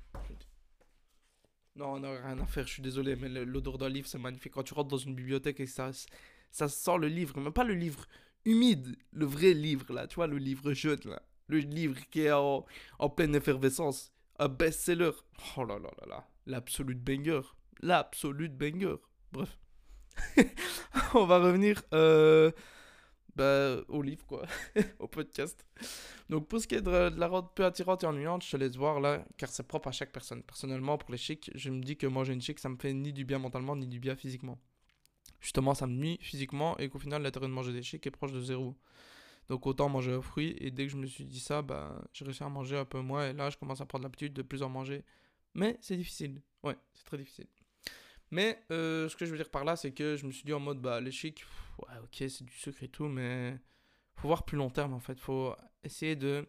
Non, non, rien à faire, je suis désolé, mais l'odeur d'un livre, c'est magnifique. Quand tu rentres dans une bibliothèque et ça, ça sent le livre, mais pas le livre humide, le vrai livre, là, tu vois, le livre jaune, là. Le livre qui est en, en pleine effervescence. Un best-seller. Oh là là là là. L'absolute banger. L'absolute banger. Bref. On va revenir euh, bah, au livre, quoi. Au podcast. Donc pour ce qui est de, de la rendre peu attirante et ennuyante, je te laisse voir là, car c'est propre à chaque personne. Personnellement, pour les chics, je me dis que manger une chic, ça me fait ni du bien mentalement, ni du bien physiquement. Justement, ça me nuit physiquement et qu'au final, l'intérêt de manger des chics est proche de zéro. Donc autant manger un fruit, et dès que je me suis dit ça, bah, j'ai réussi à manger un peu moins, et là, je commence à prendre l'habitude de plus en manger. Mais c'est difficile, ouais, c'est très difficile. Mais euh, ce que je veux dire par là, c'est que je me suis dit en mode, bah, les chics, pff, ouais, ok, c'est du sucre et tout, mais faut voir plus long terme en fait. Faut essayer de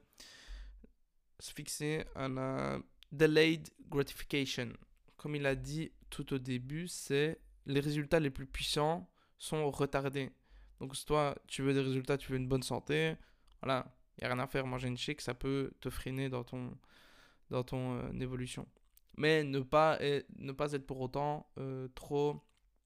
se fixer un uh, delayed gratification. Comme il a dit tout au début, c'est les résultats les plus puissants sont retardés. Donc si toi, tu veux des résultats, tu veux une bonne santé, voilà, il n'y a rien à faire. Manger une chic, ça peut te freiner dans ton, dans ton euh, évolution. Mais ne pas, et, ne pas être pour autant euh, trop...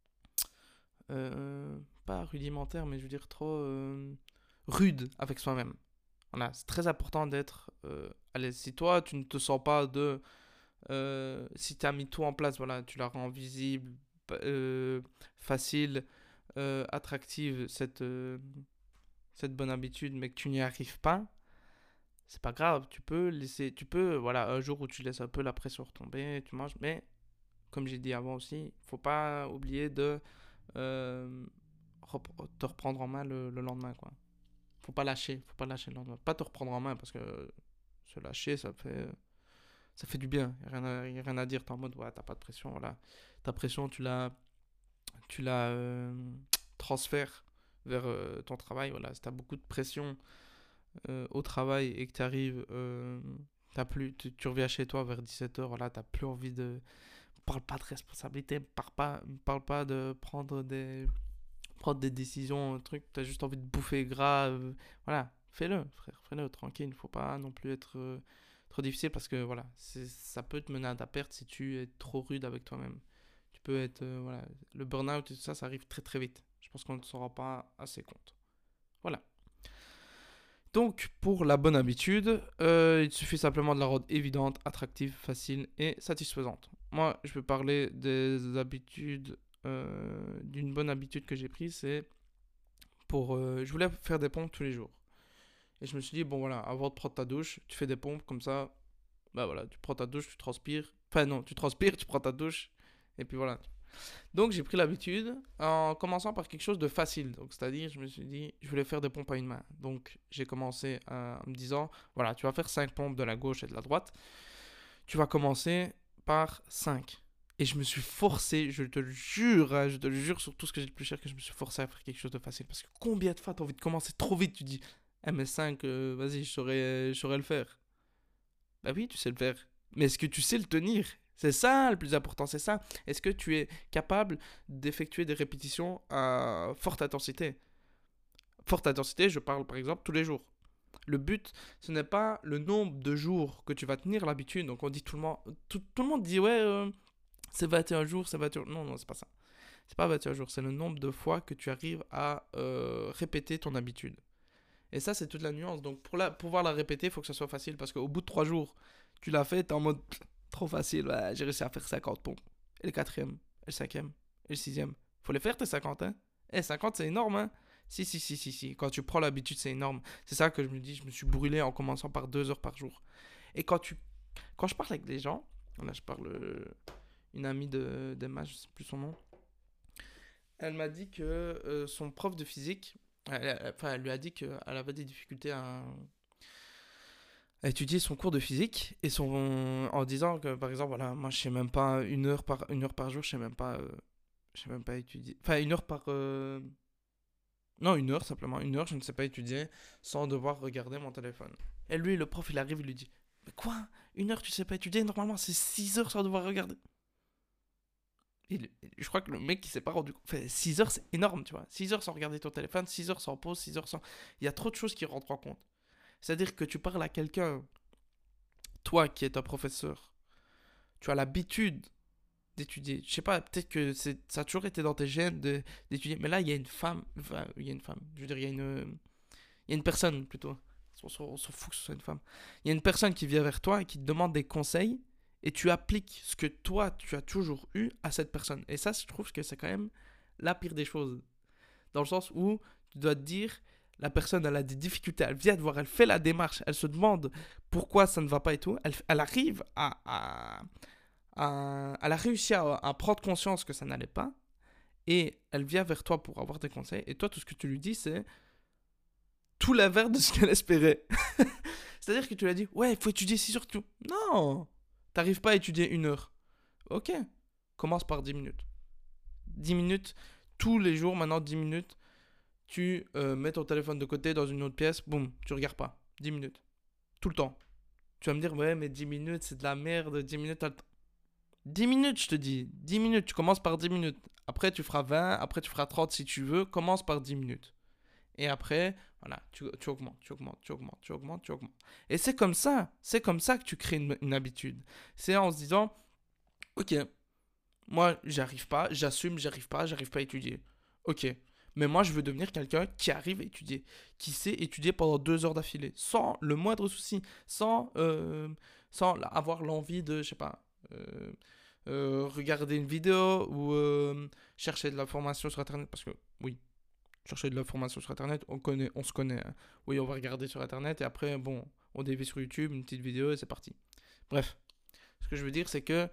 Euh, pas rudimentaire, mais je veux dire trop euh, rude avec soi-même. Voilà, c'est très important d'être euh, à l'aise. Si toi, tu ne te sens pas de... Euh, si tu as mis tout en place, voilà, tu la rends visible, euh, facile, euh, attractive, cette, euh, cette bonne habitude, mais que tu n'y arrives pas, c'est pas grave. Tu peux laisser... Tu peux, voilà, un jour où tu laisses un peu la pression retomber, tu manges, mais comme j'ai dit avant aussi, faut pas oublier de euh, te reprendre en main le, le lendemain, quoi. Faut pas lâcher, faut pas lâcher le lendemain. Pas te reprendre en main parce que se lâcher, ça fait, ça fait du bien. Il n'y a, a rien à dire. T'es en mode, ouais, t'as pas de pression, voilà. Ta pression, tu la, tu la euh, transfères vers euh, ton travail, voilà. Si t'as beaucoup de pression euh, au travail et que t'arrives, euh, t'as plus, tu, tu reviens chez toi vers dix-sept heures, voilà, t'as plus envie de parle pas de responsabilité, parle pas, parle pas de prendre des, prendre des décisions, un truc, t'as juste envie de bouffer gras, euh, voilà, fais-le, frère, fais-le, tranquille, faut pas non plus être euh, trop difficile parce que voilà, c'est, ça peut te mener à ta perte si tu es trop rude avec toi-même. Tu peux être, euh, voilà, le burn-out et tout ça, ça arrive très très vite. Je pense qu'on ne s'en rend pas assez compte. Voilà. Donc, pour la bonne habitude, euh, il suffit simplement de la rendre évidente, attractive, facile et satisfaisante. Moi, je vais parler des habitudes, euh, d'une bonne habitude que j'ai prise, c'est pour... euh, je voulais faire des pompes tous les jours. Et je me suis dit, bon voilà, avant de prendre ta douche, tu fais des pompes, comme ça, bah voilà, tu prends ta douche, tu transpires. Enfin non, tu transpires, tu prends ta douche, et puis voilà. Donc j'ai pris l'habitude en commençant par quelque chose de facile. Donc c'est-à-dire, je me suis dit, je voulais faire des pompes à une main. Donc j'ai commencé euh, en me disant, voilà, tu vas faire cinq pompes de la gauche et de la droite. Tu vas commencer par cinq. Et je me suis forcé, je te le jure, hein, je te le jure sur tout ce que j'ai de plus cher, que je me suis forcé à faire quelque chose de facile. Parce que combien de fois t'as envie de commencer trop vite, tu dis, eh mais cinq, euh, vas-y, je saurais, je saurais le faire. Bah oui, tu sais le faire. Mais est-ce que tu sais le tenir? C'est ça le plus important, c'est ça. Est-ce que tu es capable d'effectuer des répétitions à forte intensité? Forte intensité, je parle par exemple tous les jours. Le but, ce n'est pas le nombre de jours que tu vas tenir l'habitude. Donc on dit tout le monde, tout, tout le monde dit ouais, euh, c'est vingt et un jours, c'est vingt et un... Non, non, c'est pas ça. C'est pas vingt et un jours, c'est le nombre de fois que tu arrives à euh, répéter ton habitude. Et ça, c'est toute la nuance. Donc pour la, pouvoir la répéter, il faut que ça soit facile. Parce qu'au bout de trois jours, tu l'as fait, t'es en mode trop facile. Ouais, j'ai réussi à faire cinquante pompes. Et le quatrième, et le cinquième, et le sixième. Faut les faire tes cinquante, hein. Eh, cinquante, c'est énorme, hein. Si, si, si, si, si. Quand tu prends l'habitude, c'est énorme. C'est ça que je me dis, je me suis brûlé en commençant par deux heures par jour. Et quand tu, quand je parle avec des gens, là, je parle euh, une amie de d'Emma, je sais plus son nom. Elle m'a dit que euh, son prof de physique, elle, elle- enfin, elle lui a dit qu'elle avait des difficultés à, à étudier son cours de physique et son en disant que par exemple voilà, moi je sais même pas une heure par une heure par jour, je sais même pas, euh, je sais même pas étudier. Enfin une heure par euh, non, une heure simplement, une heure je ne sais pas étudier sans devoir regarder mon téléphone. Et lui, le prof, il arrive, il lui dit, mais quoi, une heure tu sais pas étudier, normalement c'est six heures sans devoir regarder. Et le- je crois que le mec, il s'est pas rendu compte. Enfin, six heures, c'est énorme, tu vois. Six heures sans regarder ton téléphone, six heures sans pause, six heures sans. Il y a trop de choses qui rentrent en compte. C'est-à-dire que tu parles à quelqu'un, toi qui es un professeur, tu as l'habitude d'étudier. Je sais pas, peut-être que c'est, ça a toujours été dans tes gènes de, d'étudier. Mais là, il y a une femme. Enfin, il y a une femme. Je veux dire, il y a une, il y a une personne plutôt. On s'en on s'en fout que ce soit une femme. Il y a une personne qui vient vers toi et qui te demande des conseils. Et tu appliques ce que toi, tu as toujours eu à cette personne. Et ça, je trouve que c'est quand même la pire des choses. Dans le sens où tu dois te dire, la personne, elle a des difficultés, elle vient te voir, elle fait la démarche, elle se demande pourquoi ça ne va pas et tout. Elle, elle arrive à, à, à- Elle a réussi à, à prendre conscience que ça n'allait pas. Et elle vient vers toi pour avoir des conseils. Et toi, tout ce que tu lui dis, c'est tout l'inverse de ce qu'elle espérait. C'est-à-dire que tu lui as dit, ouais, il faut étudier six heures tout. Non, t'arrives pas à étudier une heure. Ok, commence par dix minutes. Dix minutes, tous les jours, maintenant dix minutes, tu euh, mets ton téléphone de côté dans une autre pièce, boum, tu regardes pas. Dix minutes. Tout le temps. Tu vas me dire, ouais, mais dix minutes, c'est de la merde, dix minutes, t'as le temps. dix minutes, je te dis. Dix minutes, tu commences par dix minutes. Après, tu feras vingt, après, tu feras trente si tu veux. Commence par dix minutes. Et après, voilà, tu, tu augmentes, tu augmentes, tu augmentes, tu augmentes, tu augmentes. Et c'est comme ça, c'est comme ça que tu crées une, une habitude. C'est en se disant, ok, moi, j'arrive pas, j'assume, j'arrive pas, j'arrive pas à étudier. Ok, mais moi, je veux devenir quelqu'un qui arrive à étudier, qui sait étudier pendant deux heures d'affilée, sans le moindre souci, sans, euh, sans avoir l'envie de, je sais pas, euh, euh, regarder une vidéo ou euh, chercher de l'information sur Internet, parce que oui, chercher de l'information sur Internet, on connaît, on se connaît, hein. Oui, on va regarder sur Internet et après, bon, on dévie sur YouTube, une petite vidéo et c'est parti. Bref, ce que je veux dire, c'est que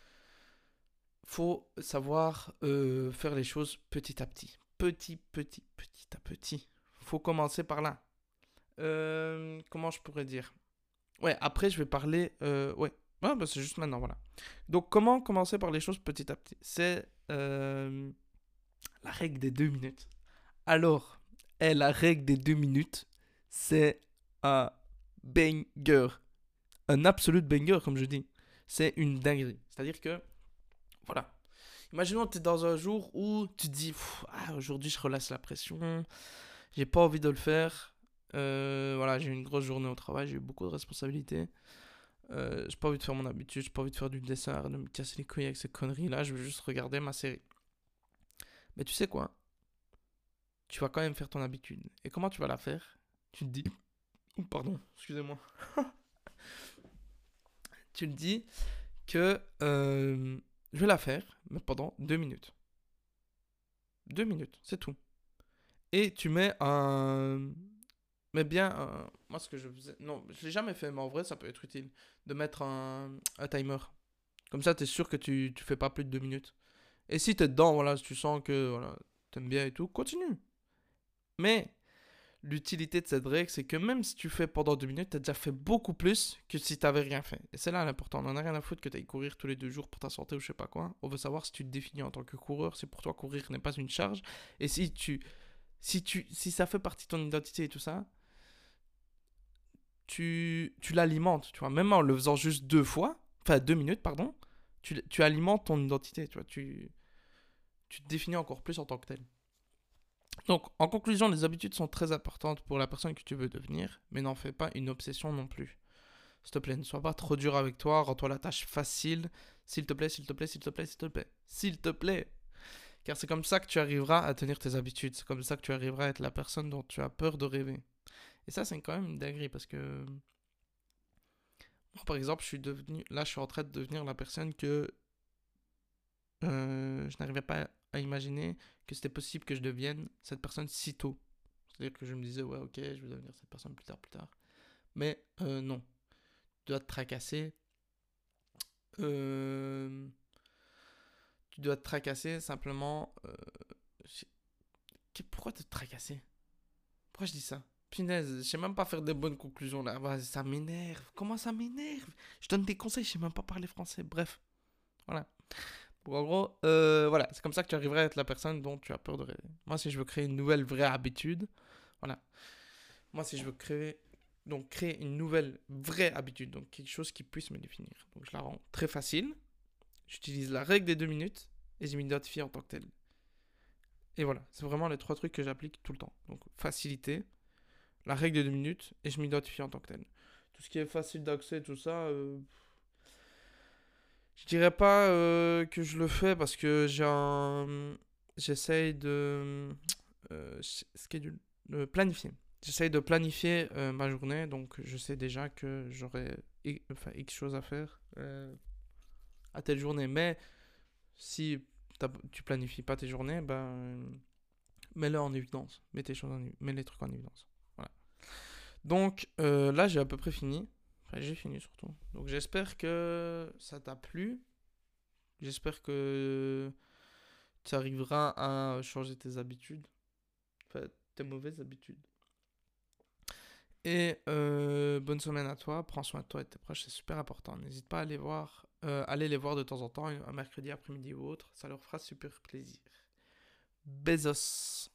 faut savoir euh, faire les choses petit à petit. Petit, petit, petit à petit. Faut commencer par là. Euh, comment je pourrais dire? Ouais, après, je vais parler... Euh, ouais, ouais bah, c'est juste maintenant, voilà. Donc, comment commencer par les choses petit à petit? C'est euh, la règle des deux minutes. Alors, eh, la règle des deux minutes, c'est un banger. Un absolute banger, comme je dis. C'est une dinguerie. C'est-à-dire que Voilà. Imaginons que tu es dans un jour où tu te dis, Pff, ah, aujourd'hui je relâche la pression, j'ai pas envie de le faire. Euh, voilà, j'ai eu une grosse journée au travail, j'ai eu beaucoup de responsabilités. Euh, j'ai pas envie de faire mon habitude, j'ai pas envie de faire du dessin, de me casser les couilles avec ces conneries là, je veux juste regarder ma série. Mais tu sais quoi? Tu vas quand même faire ton habitude. Et comment tu vas la faire? Tu te dis, oh, pardon, excusez-moi. Tu te dis que euh, je vais la faire, mais pendant deux minutes. Deux minutes, c'est tout. Et tu mets un. Mais bien, un- moi ce que je faisais. Non, je l'ai jamais fait, mais en vrai ça peut être utile. De mettre un, un timer. Comme ça, t'es sûr que tu, tu fais pas plus de deux minutes. Et si t'es dedans, voilà, si tu sens que voilà, t'aimes bien et tout, continue. Mais l'utilité de cette règle, c'est que même si tu fais pendant deux minutes, t'as déjà fait beaucoup plus que si t'avais rien fait. Et c'est là l'important. On en a rien à foutre que t'ailles courir tous les deux jours pour ta santé ou je sais pas quoi. On veut savoir si tu te définis en tant que coureur, si pour toi courir n'est pas une charge. Et si tu, si tu, si ça fait partie de ton identité et tout ça, tu, tu l'alimentes, tu vois. Même en le faisant juste deux fois, enfin deux minutes, pardon, tu, tu alimentes ton identité, tu vois. Tu, tu te définis encore plus en tant que tel. Donc, en conclusion, les habitudes sont très importantes pour la personne que tu veux devenir, mais n'en fais pas une obsession non plus. S'il te plaît, ne sois pas trop dur avec toi, rends-toi la tâche facile. S'il te plaît, s'il te plaît, s'il te plaît, s'il te plaît. S'il te plaît. Car c'est comme ça que tu arriveras à tenir tes habitudes. C'est comme ça que tu arriveras à être la personne dont tu as peur de rêver. Et ça, c'est quand même une dinguerie parce que. Moi, par exemple, je suis devenu. Là, je suis en train de devenir la personne que. euh, je n'arrivais pas à imaginer que c'était possible que je devienne cette personne si tôt. C'est-à-dire que je me disais, ouais, ok, je vais devenir cette personne plus tard, plus tard. Mais euh, non. Tu dois te tracasser. Euh, tu dois te tracasser simplement. Euh, pourquoi te tracasser? Pourquoi je dis ça? Punaise, je sais même pas faire des bonnes conclusions là. Bah, ça m'énerve. Comment ça m'énerve? Je donne des conseils, je sais même pas parler français. Bref, voilà. Bon, en gros, euh, voilà, c'est comme ça que tu arriverais à être la personne dont tu as peur de rêver. Moi, si je veux créer une nouvelle vraie habitude, voilà. Moi, si je veux créer, donc créer une nouvelle vraie habitude, donc quelque chose qui puisse me définir. Donc, je la rends très facile. J'utilise la règle des deux minutes et je m'identifie en tant que tel. Et voilà, c'est vraiment les trois trucs que j'applique tout le temps. Donc, facilité, la règle des deux minutes et je m'identifie en tant que tel. Tout ce qui est facile d'accès, tout ça, euh, je dirais pas euh, que je le fais parce que j'ai un... j'essaye de euh, schedule, de planifier. J'essaye de planifier euh, ma journée, donc je sais déjà que j'aurai enfin, X choses à faire euh, à telle journée. Mais si tu planifies pas tes journées, ben mets-le en évidence, mets tes choses en, mets les trucs en évidence. Voilà. Donc euh, là j'ai à peu près fini. Enfin j'ai fini surtout. Donc j'espère que ça t'a plu. J'espère que tu arriveras à changer tes habitudes, enfin tes mauvaises habitudes. Et euh, bonne semaine à toi, prends soin de toi et de tes proches, c'est super important. N'hésite pas à aller voir, euh, aller les voir de temps en temps, un mercredi après-midi ou autre, ça leur fera super plaisir. Bezos.